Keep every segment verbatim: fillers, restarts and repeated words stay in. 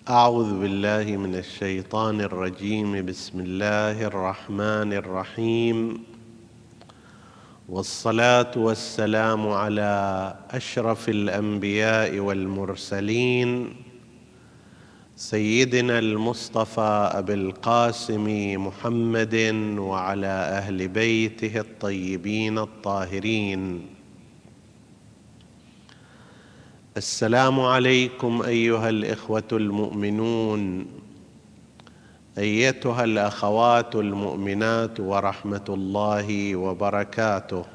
أعوذ بالله من الشيطان الرجيم. بسم الله الرحمن الرحيم، والصلاة والسلام على أشرف الأنبياء والمرسلين سيدنا المصطفى أبي القاسم محمد وعلى أهل بيته الطيبين الطاهرين. السلام عليكم أيها الإخوة المؤمنون، أيتها الأخوات المؤمنات، ورحمة الله وبركاته.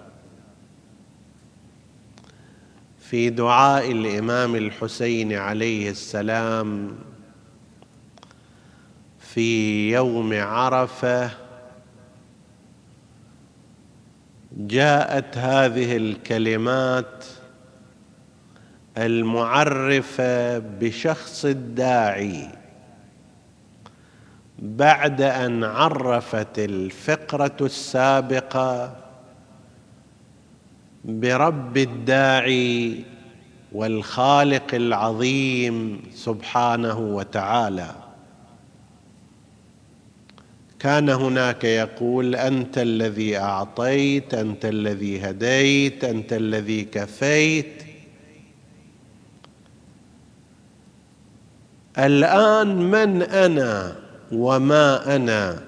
في دعاء الإمام الحسين عليه السلام في يوم عرفة جاءت هذه الكلمات المعرفة بشخص الداعي بعد أن عرفت الفقرة السابقة برب الداعي والخالق العظيم سبحانه وتعالى. كان هناك يقول: أنت الذي أعطيت، أنت الذي هديت، أنت الذي كفيت. الآن من أنا وما أنا؟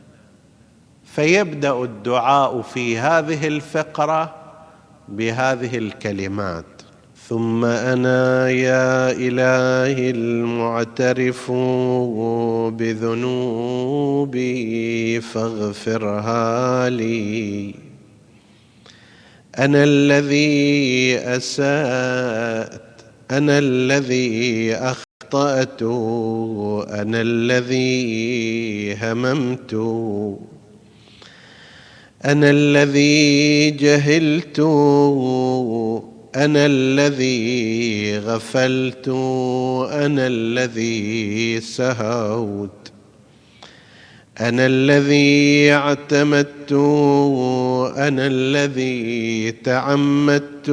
فيبدأ الدعاء في هذه الفقرة بهذه الكلمات: ثم أنا يا إلهي المعترف بذنوبي فاغفرها لي. أنا الذي أسأت، أنا الذي أخطأت، أنا الذي هممت، أنا الذي جهلت، أنا الذي غفلت، أنا الذي سهوت، أنا الذي اعتمدت، أنا الذي تعمدت،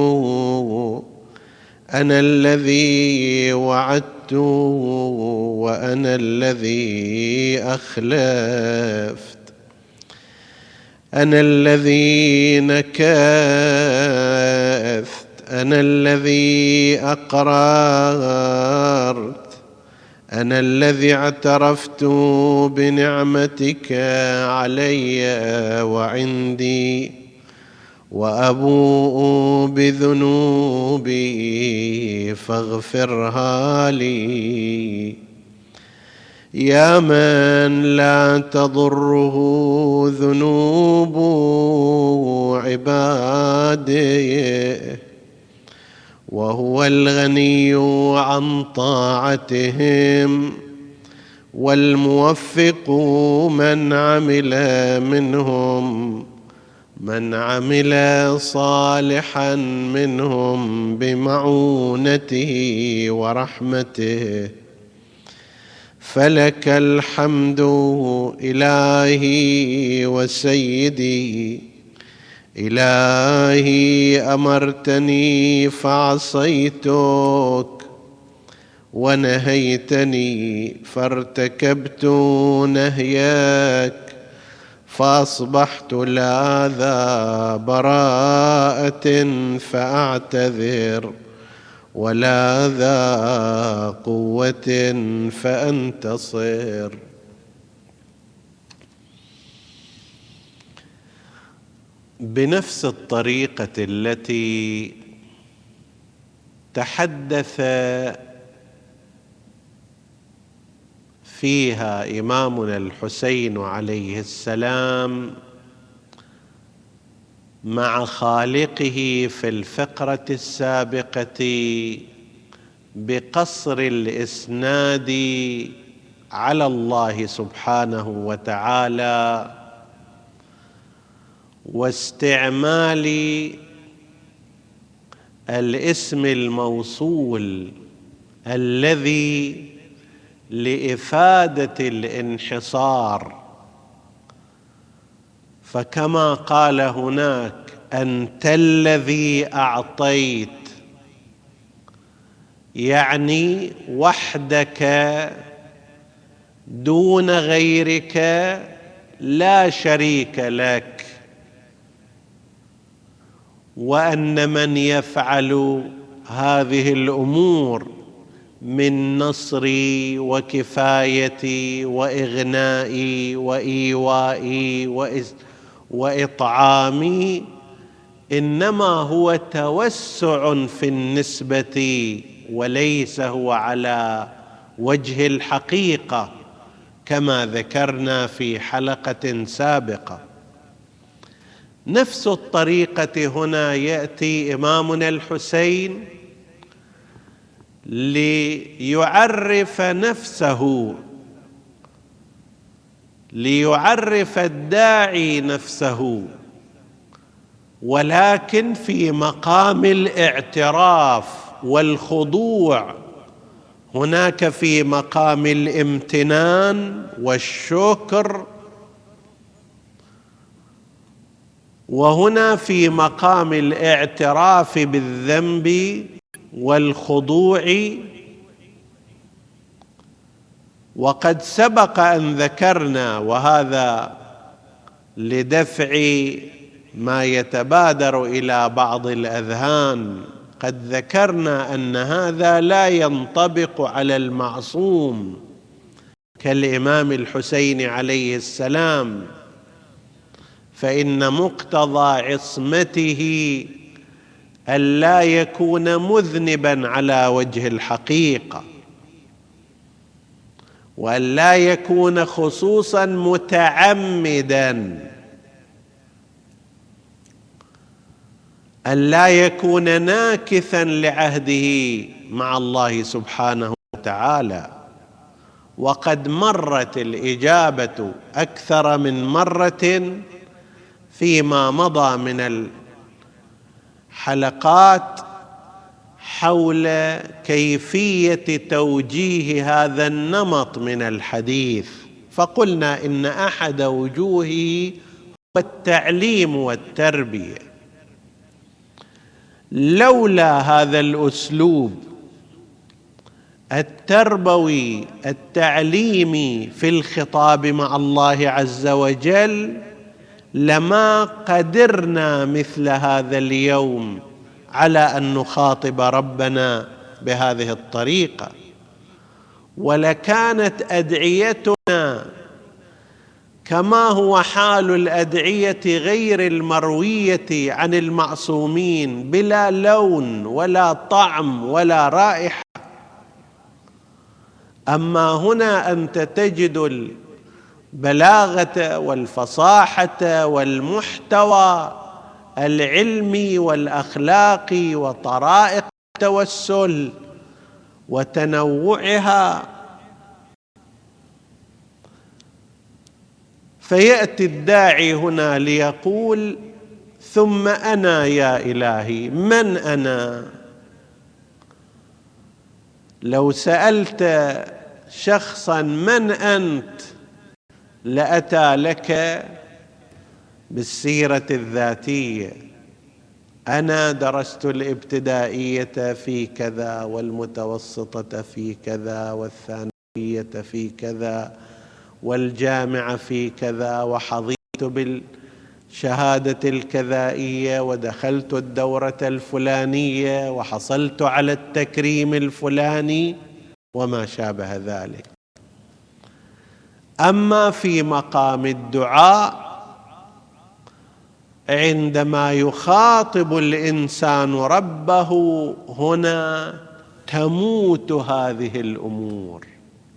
أنا الذي وعدت، وأنا الذي أخلفت، أنا الذي نكثت، أنا الذي أقررت، أنا الذي اعترفت بنعمتك علي وعندي، وأبوء بذنوبي فاغفرها لي. يا من لا تضره ذنوب عباده، وهو الغني عن طاعتهم، والموفق من عمل منهم، من عمل صالحا منهم بمعونته ورحمته. فلك الحمد إلهي وسيدي. إلهي أمرتني فعصيتك، ونهيتني فارتكبت نهيك، فأصبحت لا ذا براءة فأعتذر، ولا ذا قوة فأنتصر. بنفس الطريقة التي تحدث فيها إمامنا الحسين عليه السلام مع خالقه في الفقرة السابقة بقصر الإسناد على الله سبحانه وتعالى، واستعمال الاسم الموصول الذي لإفادة الانحصار. فكما قال هناك: أنت الذي أعطيت، يعني وحدك دون غيرك، لا شريك لك، وأن من يفعل هذه الأمور من نصري وكفايتي وإغنائي وإيوائي وإطعامي إنما هو توسع في النسبة، وليس هو على وجه الحقيقة كما ذكرنا في حلقة سابقة. نفس الطريقة هنا يأتي إمامنا الحسين ليعرف نفسه، ليعرف الداعي نفسه، ولكن في مقام الاعتراف والخضوع. هناك في مقام الامتنان والشكر، وهنا في مقام الاعتراف بالذنب والخضوع. وقد سبق أن ذكرنا، وهذا لدفع ما يتبادر إلى بعض الأذهان، قد ذكرنا أن هذا لا ينطبق على المعصوم كالإمام الحسين عليه السلام، فإن مقتضى عصمته ألا يكون مذنبا على وجه الحقيقة، وألا يكون خصوصا متعمدا، ألا يكون ناكثا لعهده مع الله سبحانه وتعالى. وقد مرت الإجابة أكثر من مرة فيما مضى من الحلقات حول كيفية توجيه هذا النمط من الحديث، فقلنا إن أحد وجوهه هو التعليم والتربية. لولا هذا الأسلوب التربوي التعليمي في الخطاب مع الله عز وجل لما قدرنا مثل هذا اليوم على أن نخاطب ربنا بهذه الطريقة، ولكانت أدعيتنا كما هو حال الأدعية غير المروية عن المعصومين، بلا لون ولا طعم ولا رائحة. أما هنا أنت تجد البلاغة والفصاحة والمحتوى العلمي والأخلاقي وطرائق التوسل وتنوعها، فيأتي الداعي هنا ليقول: ثم أنا يا إلهي، من أنا؟ لو سألت شخصا من أنت لأتى لك بالسيرة الذاتية: أنا درست الابتدائية في كذا، والمتوسطة في كذا، والثانوية في كذا، والجامعة في كذا، وحظيت بالشهادة الكذائية، ودخلت الدورة الفلانية، وحصلت على التكريم الفلاني، وما شابه ذلك. أما في مقام الدعاء، عندما يخاطب الإنسان ربه، هنا تموت هذه الأمور،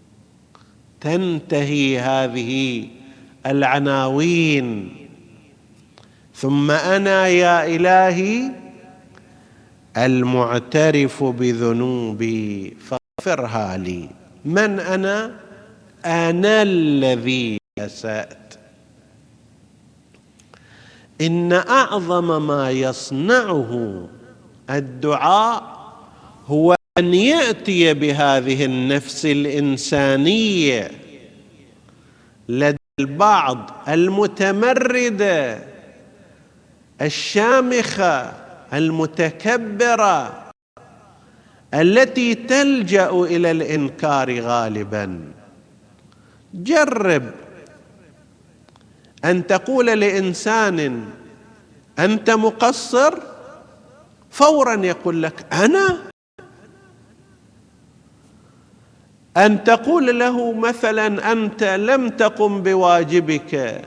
تنتهي هذه العناوين. ثم أنا يا إلهي المعترف بذنوبي فاغفرها لي. من أنا؟ أنا الذي أسأت. إن أعظم ما يصنعه الدعاء هو أن يأتي بهذه النفس الإنسانية لدى البعض المتمردة الشامخة المتكبرة، التي تلجأ إلى الإنكار غالبا. جرب أن تقول لإنسان أنت مقصر، فورا يقول لك أنا. أن تقول له مثلا أنت لم تقم بواجبك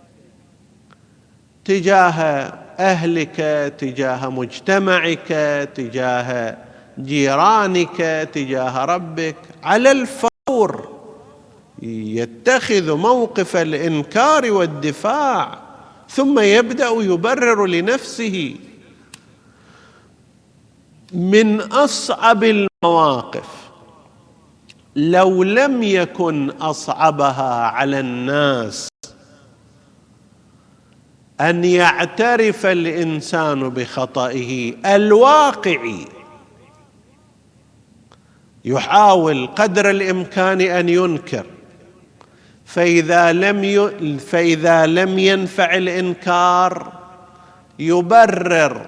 تجاه أهلك، تجاه مجتمعك، تجاه جيرانك، تجاه ربك، على الفور يتخذ موقف الإنكار والدفاع، ثم يبدأ يبرر لنفسه. من أصعب المواقف لو لم يكن أصعبها على الناس أن يعترف الإنسان بخطئه الواقعي، يحاول قدر الإمكان أن ينكر، فإذا لم ي... فإذا لم ينفع الإنكار يبرر،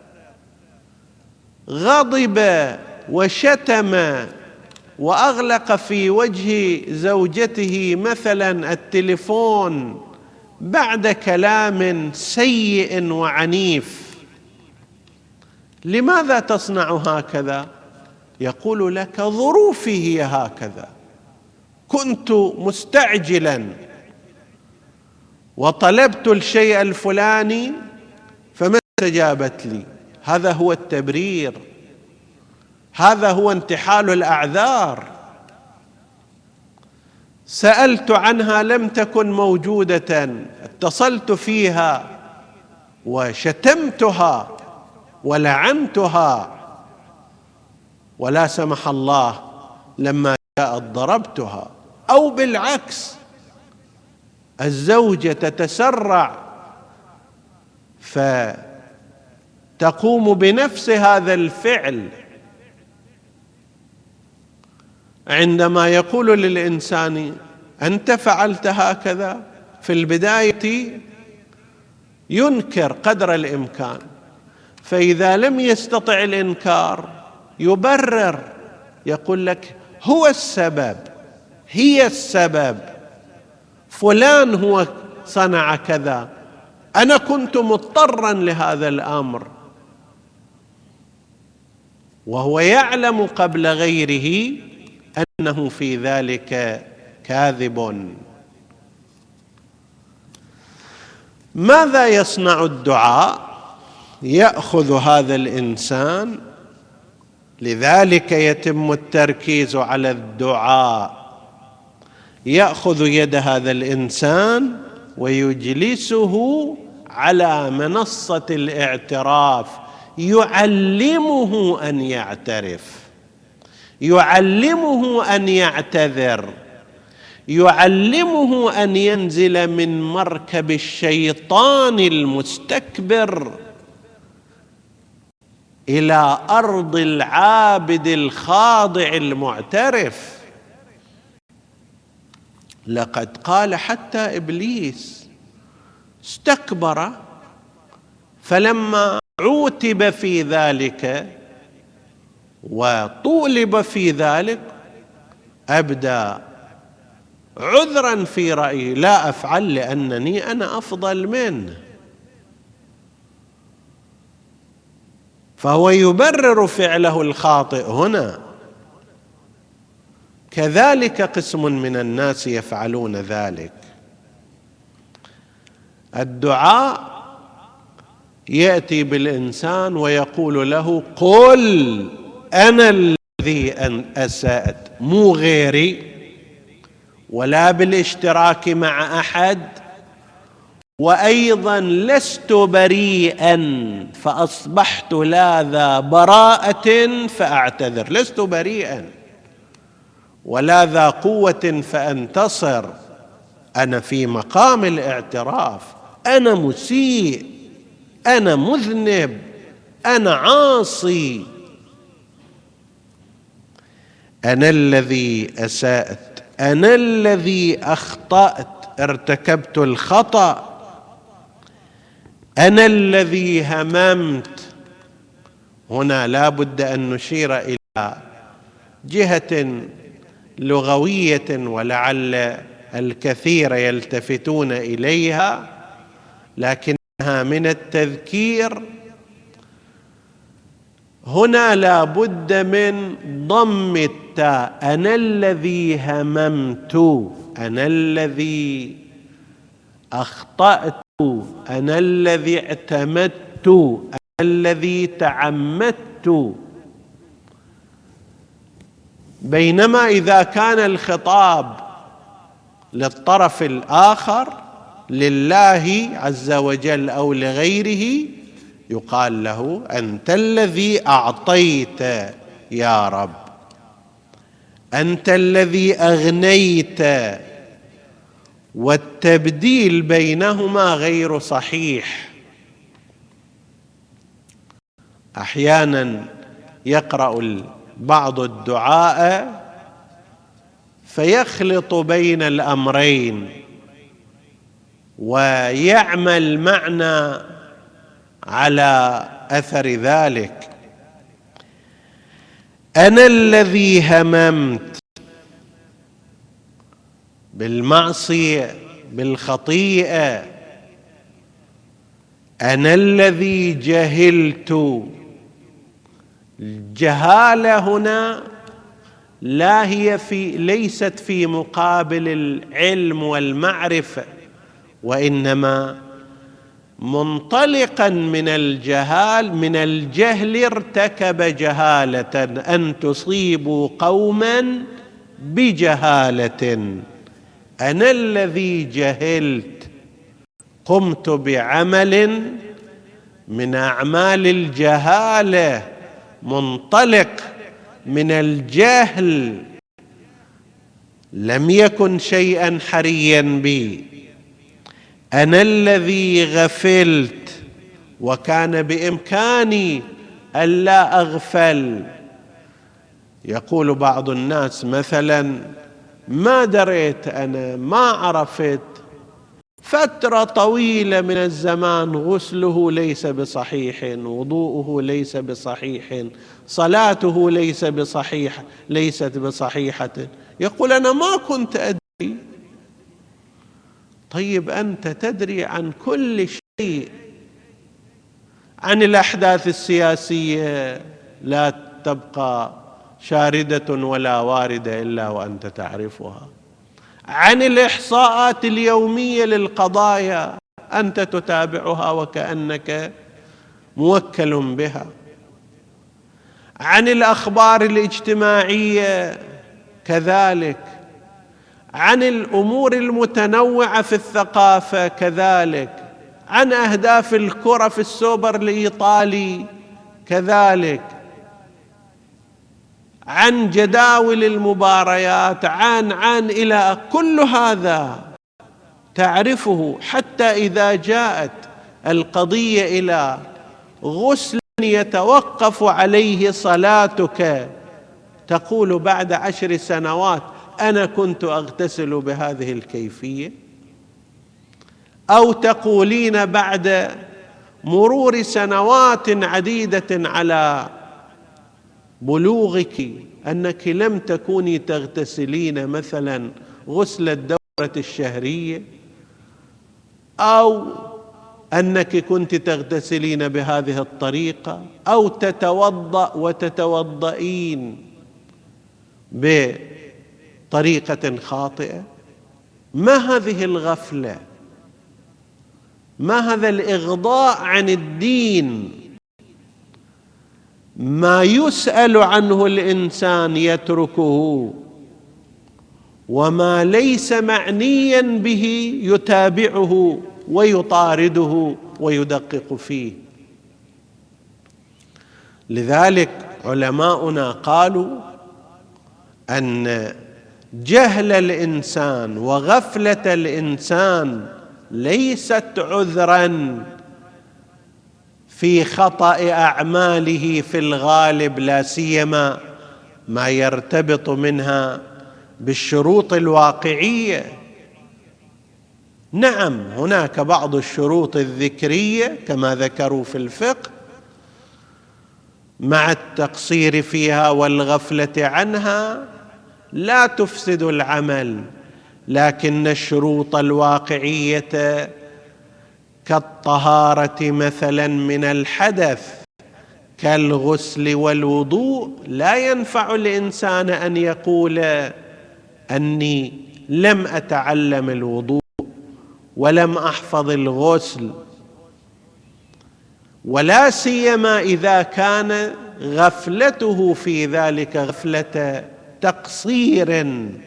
غضب وشتم وأغلق في وجه زوجته مثلا التليفون بعد كلام سيء وعنيف. لماذا تصنع هكذا؟ يقول لك ظروفي هي هكذا، كنت مستعجلا وطلبت الشيء الفلاني فما استجابت لي. هذا هو التبرير، هذا هو انتحال الأعذار. سألت عنها لم تكن موجودة، اتصلت فيها وشتمتها ولعنتها، ولا سمح الله لما جاءت ضربتها. أو بالعكس، الزوجة تتسرع فتقوم بنفس هذا الفعل. عندما يقول للإنسان أنت فعلت هكذا، في البداية ينكر قدر الإمكان، فإذا لم يستطع الإنكار يبرر، يقول لك هو السبب، هي السبب، فلان هو صنع كذا، أنا كنت مضطرا لهذا الأمر، وهو يعلم قبل غيره أنه في ذلك كاذب. ماذا يصنع الدعاء؟ يأخذ هذا الإنسان، لذلك يتم التركيز على الدعاء، يأخذ يد هذا الإنسان ويجلسه على منصة الاعتراف، يعلمه أن يعترف، يعلمه أن يعتذر، يعلمه أن ينزل من مركب الشيطان المستكبر إلى أرض العابد الخاضع المعترف. لقد قال حتى إبليس استكبر، فلما عوتب في ذلك وطولب في ذلك أبدى عذرا في رأيه، لا أفعل لأنني أنا أفضل منه. فهو يبرر فعله الخاطئ هنا. كذلك قسم من الناس يفعلون ذلك. الدعاء يأتي بالإنسان ويقول له قل أنا الذي أسأت، مو غيري، ولا بالاشتراك مع أحد، وأيضا لست بريئا فأصبحت لا ذا براءة فأعتذر، لست بريئا ولا ذا قوة فأنتصر، أنا في مقام الاعتراف، أنا مسيء، أنا مذنب، أنا عاصي، أنا الذي أسأت، أنا الذي أخطأت، ارتكبت الخطأ، أنا الذي هممت. هنا لا بد أن نشير إلى جهة لغوية ولعل الكثير يلتفتون إليها، لكنها من التذكير. هنا لا بد من ضم التاء، أنا الذي هممت، أنا الذي أخطأت، أنا الذي اعتمدت، أنا الذي تعمدت. بينما إذا كان الخطاب للطرف الآخر لله عز وجل أو لغيره يقال له أنت الذي أعطيت يا رب، أنت الذي أغنيت. والتبديل بينهما غير صحيح. أحيانا يقرأ بعض الدعاء فيخلط بين الأمرين ويعمل معنى على أثر ذلك. أنا الذي هممت بالمعصية بالخطيئة، أنا الذي جهلت. الجهالة هنا لا هي في ليست في مقابل العلم والمعرفة، وإنما منطلقا من الجهال من الجهل ارتكب جهالة، أن تصيبوا قوما بجهالة. أنا الذي جهلت، قمت بعمل من أعمال الجهالة منطلق من الجهل، لم يكن شيئا حريا بي. أنا الذي غفلت، وكان بإمكاني ألا أغفل. يقول بعض الناس مثلا ما دريت، أنا ما عرفت، فترة طويلة من الزمان غسله ليس بصحيح، وضوءه ليس بصحيح، صلاته ليس بصحيح ليست بصحيحة، يقول أنا ما كنت أدري. طيب أنت تدري عن كل شيء، عن الأحداث السياسية لا تبقى شاردة ولا واردة إلا وأنت تعرفها، عن الإحصاءات اليومية للقضايا أنت تتابعها وكأنك موكل بها، عن الأخبار الاجتماعية كذلك، عن الأمور المتنوعة في الثقافة كذلك، عن أهداف الكرة في السوبر الإيطالي كذلك، عن جداول المباريات، عن عن إلى كل هذا تعرفه. حتى إذا جاءت القضية إلى غسل يتوقف عليه صلاتك، تقول بعد عشر سنوات أنا كنت أغتسل بهذه الكيفية، أو تقولين بعد مرور سنوات عديدة على بلوغك أنك لم تكوني تغتسلين مثلا غسل الدورة الشهرية، أو أنك كنت تغتسلين بهذه الطريقة، أو تتوضأ وتتوضئين بطريقة خاطئة. ما هذه الغفلة؟ ما هذا الإغضاء عن الدين؟ ما يسأل عنه الإنسان يتركه، وما ليس معنيا به يتابعه ويطارده ويدقق فيه. لذلك علماؤنا قالوا أن جهل الإنسان وغفلة الإنسان ليست عذرا في خطأ أعماله في الغالب، لا سيما ما يرتبط منها بالشروط الواقعية. نعم هناك بعض الشروط الذكرية كما ذكروا في الفقه، مع التقصير فيها والغفلة عنها لا تفسد العمل، لكن الشروط الواقعية كالطهارة مثلا من الحدث كالغسل والوضوء لا ينفع الإنسان أن يقول أني لم أتعلم الوضوء ولم أحفظ الغسل، ولا سيما إذا كان غفلته في ذلك غفلة تقصير،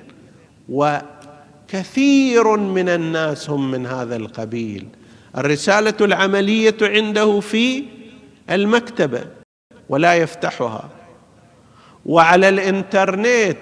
وكثير من الناس هم من هذا القبيل. الرسالة العملية عنده في المكتبة ولا يفتحها، وعلى الإنترنت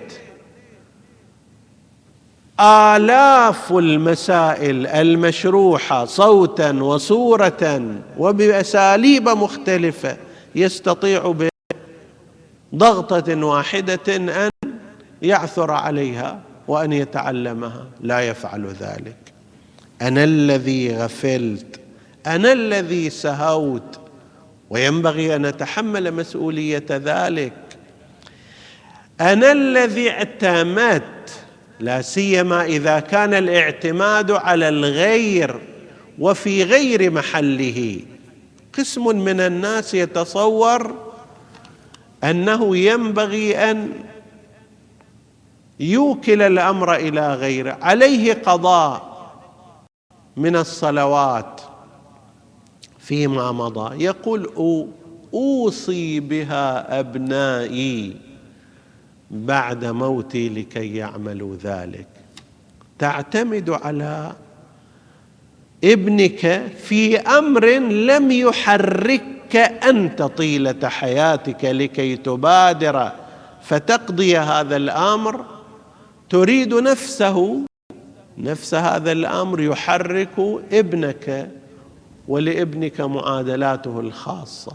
آلاف المسائل المشروحة صوتا وصورة وبأساليب مختلفة يستطيع بضغطة واحدة أن يعثر عليها وأن يتعلمها. لا يفعل ذلك. أنا الذي غفلت، أنا الذي سهوت، وينبغي أن أتحمل مسؤولية ذلك. أنا الذي اعتمدت، لا سيما إذا كان الاعتماد على الغير وفي غير محله. قسم من الناس يتصور أنه ينبغي أن يوكل الأمر إلى غيره، عليه قضاء من الصلوات فيما مضى، يقول أوصي بها أبنائي بعد موتي لكي يعملوا ذلك. تعتمد على ابنك في أمر لم يحركك أنت طيلة حياتك لكي تبادر فتقضي هذا الأمر. تريد نفسه، نفس هذا الأمر يحرك ابنك، ولابنك معادلاته الخاصة.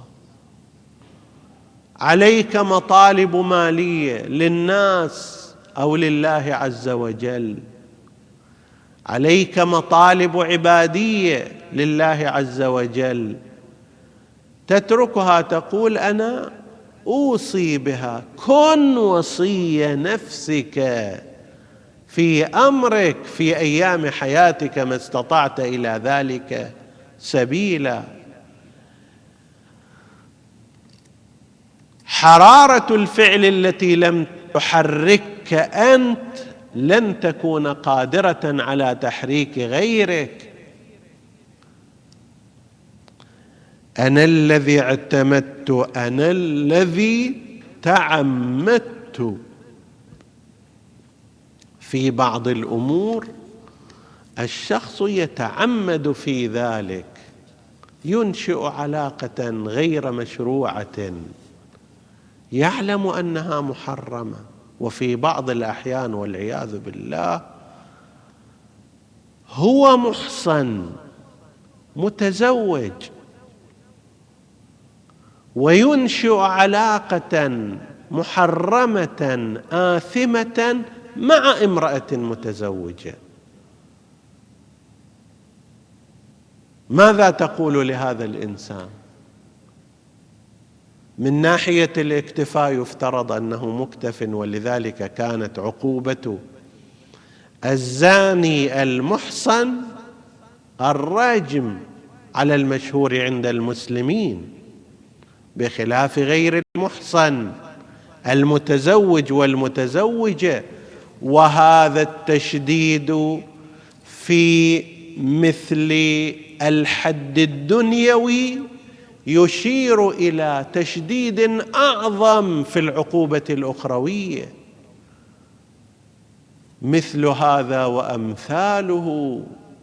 عليك مطالب مالية للناس أو لله عز وجل، عليك مطالب عبادية لله عز وجل، تتركها تقول أنا أوصي بها. كن وصي نفسك في أمرك في أيام حياتك ما استطعت إلى ذلك سبيلا. حرارة الفعل التي لم تحركك أنت لن تكون قادرة على تحريك غيرك. أنا الذي اعتمدت، أنا الذي تعمدت. في بعض الأمور الشخص يتعمد في ذلك، ينشئ علاقة غير مشروعة يعلم أنها محرمة، وفي بعض الأحيان والعياذ بالله هو محصن متزوج وينشئ علاقة محرمة آثمة مع امرأة متزوجة. ماذا تقول لهذا الإنسان؟ من ناحية الاكتفاء يفترض أنه مكتف، ولذلك كانت عقوبة الزاني المحصن الرجم على المشهور عند المسلمين، بخلاف غير المحصن المتزوج والمتزوجة. وهذا التشديد في مثل الحد الدنيوي يشير إلى تشديد أعظم في العقوبة الأخروية. مثل هذا وأمثاله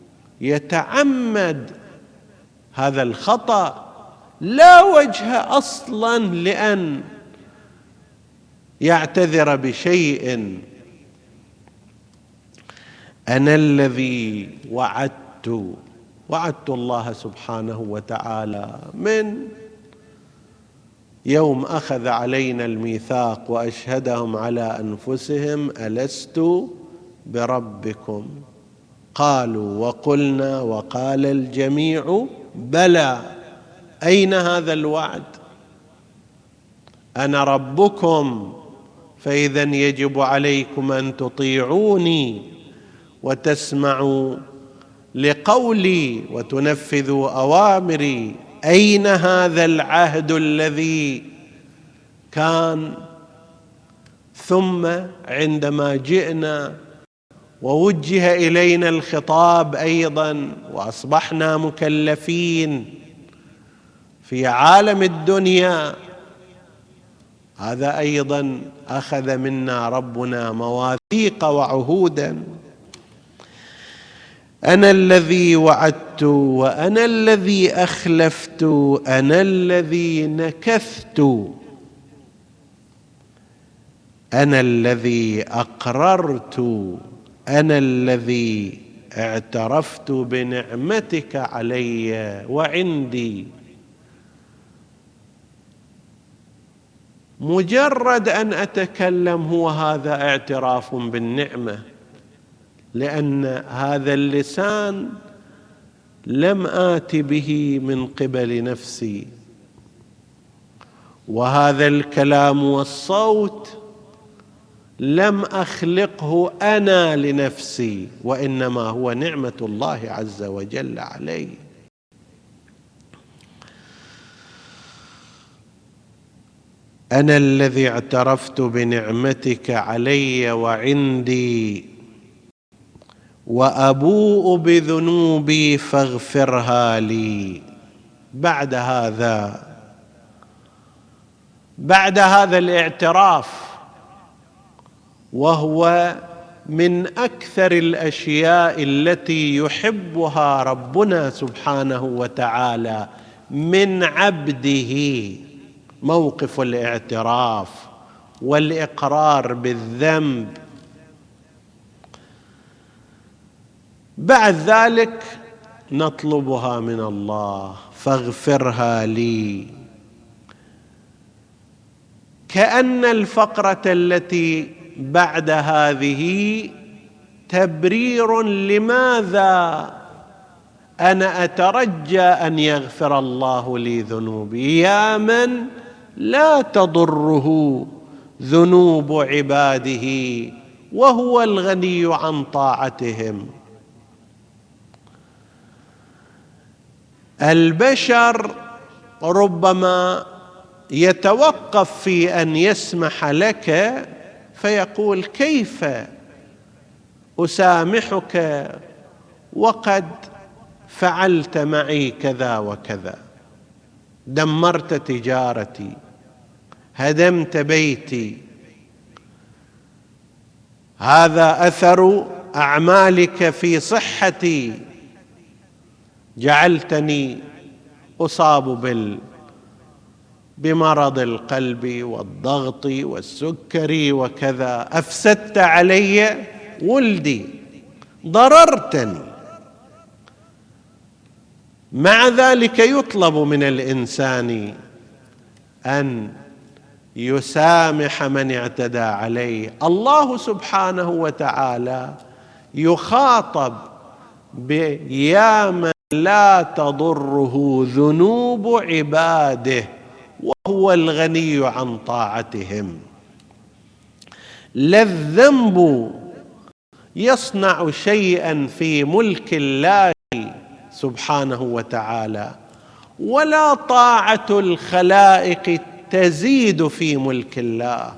يتعمد هذا الخطأ، لا وجه أصلا لأن يعتذر بشيء. أنا الذي وعدت وعدت الله سبحانه وتعالى من يوم أخذ علينا الميثاق وأشهدهم على أنفسهم ألست بربكم؟ قالوا وقلنا وقال الجميع بلى. أين هذا الوعد؟ أنا ربكم فإذا يجب عليكم أن تطيعوني وتسمعوا لقولي وتنفذوا أوامري. أين هذا العهد الذي كان؟ ثم عندما جئنا ووجه إلينا الخطاب أيضا وأصبحنا مكلفين في عالم الدنيا، هذا أيضا أخذ منا ربنا مواثيق وعهودا. أنا الذي وعدت وأنا الذي أخلفت، أنا الذي نكثت، أنا الذي أقررت، أنا الذي اعترفت بنعمتك علي وعندي. مجرد أن أتكلم هو هذا اعتراف بالنعمة، لأن هذا اللسان لم آت به من قبل نفسي، وهذا الكلام والصوت لم أخلقه أنا لنفسي، وإنما هو نعمة الله عز وجل علي. أنا الذي اعترفت بنعمتك علي وعندي، وأبوء بذنوبي فاغفرها لي. بعد هذا بعد هذا الاعتراف، وهو من أكثر الأشياء التي يحبها ربنا سبحانه وتعالى من عبده، موقف الاعتراف والإقرار بالذنب. بعد ذلك نطلبها من الله، فاغفرها لي. كأن الفقرة التي بعد هذه تبرير لماذا أنا أترجى أن يغفر الله لي ذنوبي، يا من لا تضره ذنوب عباده وهو الغني عن طاعتهم. البشر ربما يتوقف في أن يسمح لك فيقول: كيف أسامحك وقد فعلت معي كذا وكذا، دمرت تجارتي، هدمت بيتي، هذا أثر أعمالك في صحتي، جعلتني أصاب بال بمرض القلب والضغط والسكري وكذا، أفسدت علي ولدي، ضررتني. مع ذلك يطلب من الإنسان أن يسامح من اعتدى عليه. الله سبحانه وتعالى يخاطب بيا من لا تضره ذنوب عباده وهو الغني عن طاعتهم. لا الذنب يصنع شيئا في ملك الله سبحانه وتعالى، ولا طاعة الخلائق تزيد في ملك الله.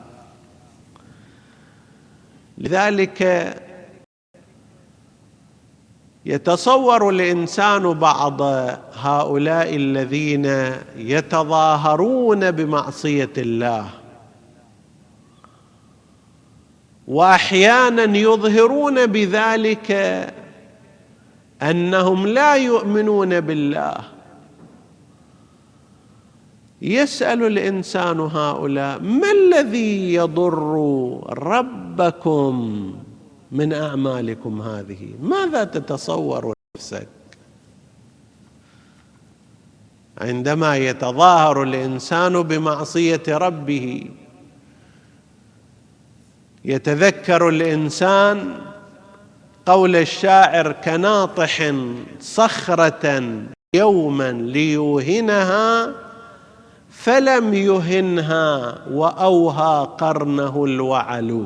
لذلك يتصور الإنسان بعض هؤلاء الذين يتظاهرون بمعصية الله، وأحيانا يظهرون بذلك أنهم لا يؤمنون بالله. يسأل الإنسان هؤلاء: ما الذي يضر ربكم من أعمالكم هذه؟ ماذا تتصور نفسك؟ عندما يتظاهر الإنسان بمعصية ربه يتذكر الإنسان قول الشاعر: كناطح صخرة يوما ليوهنها فلم يهنها وأوهى قرنه الوعل.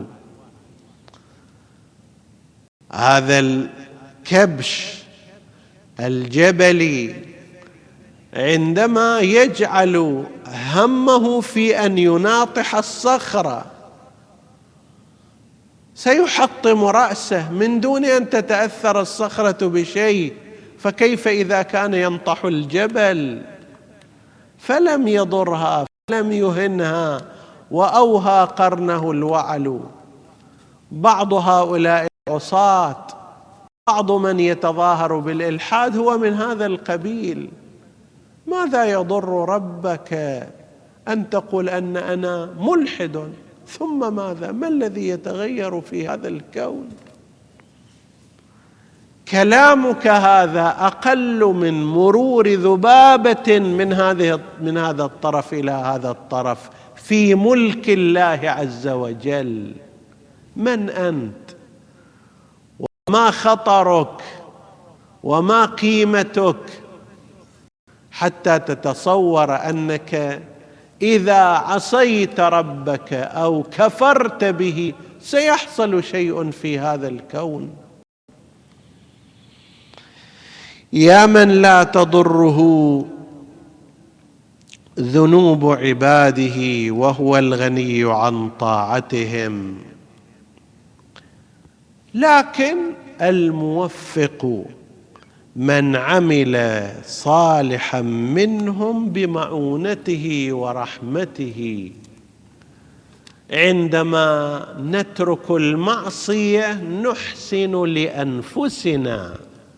هذا الكبش الجبلي عندما يجعل همه في أن يناطح الصخرة سيحطم رأسه من دون أن تتأثر الصخرة بشيء، فكيف إذا كان ينطح الجبل؟ فلم يضرها، فلم يهنها وأوهى قرنه الوعل. بعض هؤلاء العصاة، بعض من يتظاهر بالإلحاد هو من هذا القبيل. ماذا يضر ربك أن تقول أن أنا ملحد؟ ثم ماذا؟ ما الذي يتغير في هذا الكون؟ كلامك هذا أقل من مرور ذبابة من هذه من هذا الطرف إلى هذا الطرف في ملك الله عز وجل. من أنت؟ وما خطرك؟ وما قيمتك حتى تتصور أنك إذا عصيت ربك أو كفرت به سيحصل شيء في هذا الكون؟ يا من لا تضره ذنوب عباده وهو الغني عن طاعتهم، لكن الموفق من عمل صالحا منهم بمعونته ورحمته. عندما نترك المعصية نحسن لأنفسنا،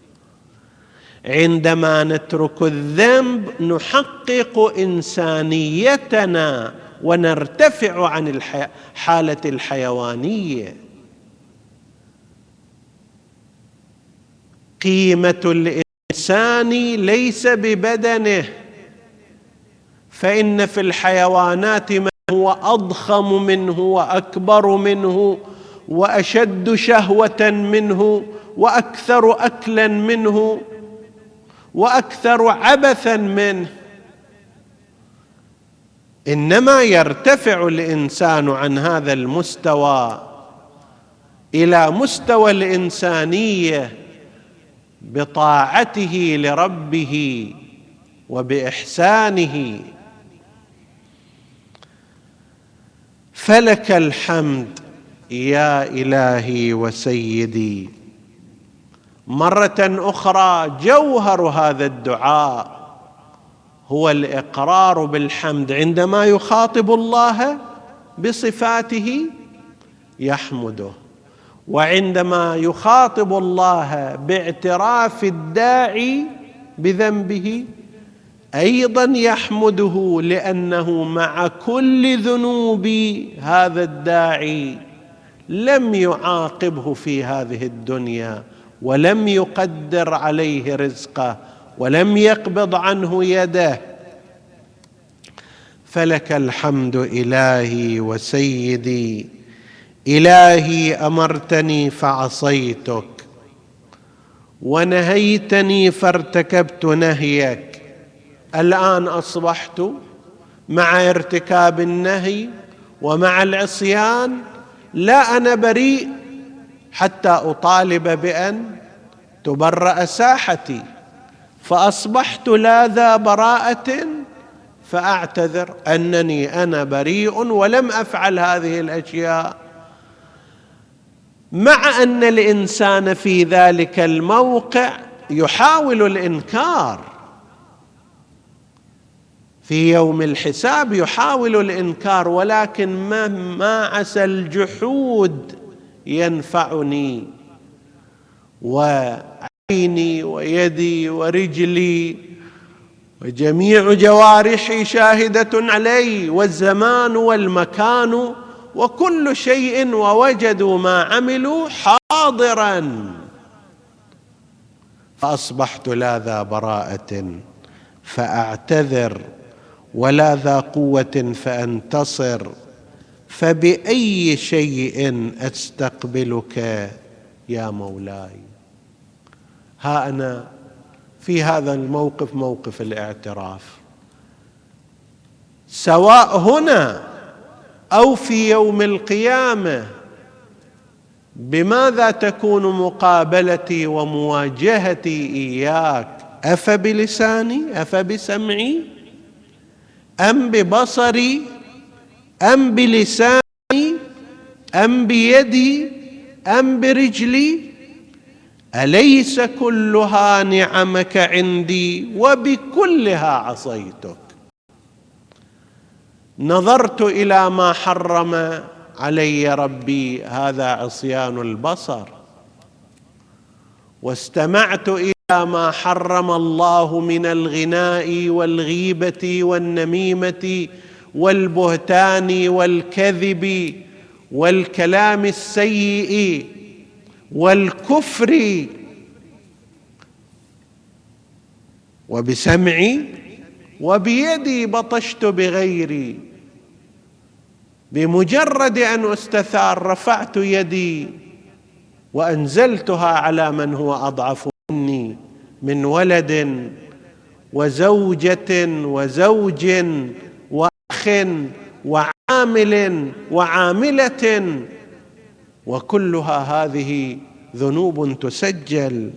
عندما نترك الذنب نحقق إنسانيتنا ونرتفع عن الحالة الحيوانية. قيمة الإنسان ليس ببدنه، فإن في الحيوانات من هو أضخم منه وأكبر منه وأشد شهوة منه وأكثر أكلا منه وأكثر عبثا منه. إنما يرتفع الإنسان عن هذا المستوى إلى مستوى الإنسانية بطاعته لربه وبإحسانه. فلك الحمد يا إلهي وسيدي. مرة أخرى جوهر هذا الدعاء هو الإقرار بالحمد. عندما يخاطب الله بصفاته يحمده، وعندما يخاطب الله باعتراف الداعي بذنبه أيضا يحمده، لأنه مع كل ذنوب هذا الداعي لم يعاقبه في هذه الدنيا ولم يقدر عليه رزقه ولم يقبض عنه يده. فلك الحمد إلهي وسيدي. إلهي أمرتني فعصيتك، ونهيتني فارتكبت نهيك. الآن أصبحت مع ارتكاب النهي ومع العصيان لا أنا بريء حتى أطالب بأن تبرأ ساحتي، فأصبحت لا ذا براءة فأعتذر أنني أنا بريء ولم أفعل هذه الأشياء. مع أن الإنسان في ذلك الموقع يحاول الإنكار، في يوم الحساب يحاول الإنكار، ولكن ما عسى الجحود ينفعني، وعيني ويدي ورجلي وجميع جوارحي شاهدة علي، والزمان والمكان وكل شيء ووجدوا ما عملوا حاضرا. فأصبحت لا ذا براءة فأعتذر ولا ذا قوة فأنتصر، فبأي شيء أستقبلك يا مولاي. ها أنا في هذا الموقف، موقف الاعتراف، سواء هنا أو في يوم القيامة. بماذا تكون مقابلتي ومواجهتي إياك؟ أفبلساني؟ أفبسمعي؟ أم ببصري؟ أم بلساني؟ أم بيدي؟ أم برجلي؟ أليس كلها نعمك عندي وبكلها عصيتك؟ نظرت إلى ما حرم علي ربي، هذا عصيان البصر، واستمعت إلى ما حرم الله من الغناء والغيبة والنميمة والبهتان والكذب والكلام السيء والكفر. وبسمعي وبيدي بطشت بغيري، بمجرد أن أستثار رفعت يدي وأنزلتها على من هو أضعف مني من ولد وزوجة وزوج وأخ وعامل وعاملة، وكلها هذه ذنوب تسجل.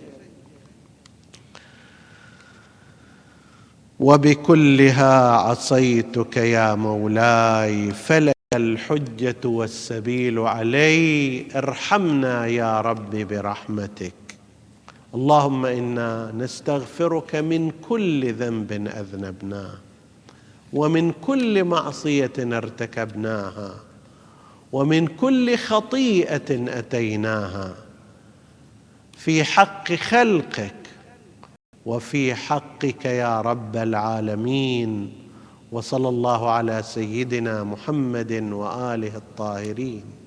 وبكلها عصيتك يا مولاي، فلك الحجة والسبيل علي، ارحمنا يا رب برحمتك. اللهم إنا نستغفرك من كل ذنب أذنبناه، ومن كل معصية ارتكبناها، ومن كل خطيئة أتيناها في حق خلقك وفي حقك يا رب العالمين. وصلى الله على سيدنا محمد وآله الطاهرين.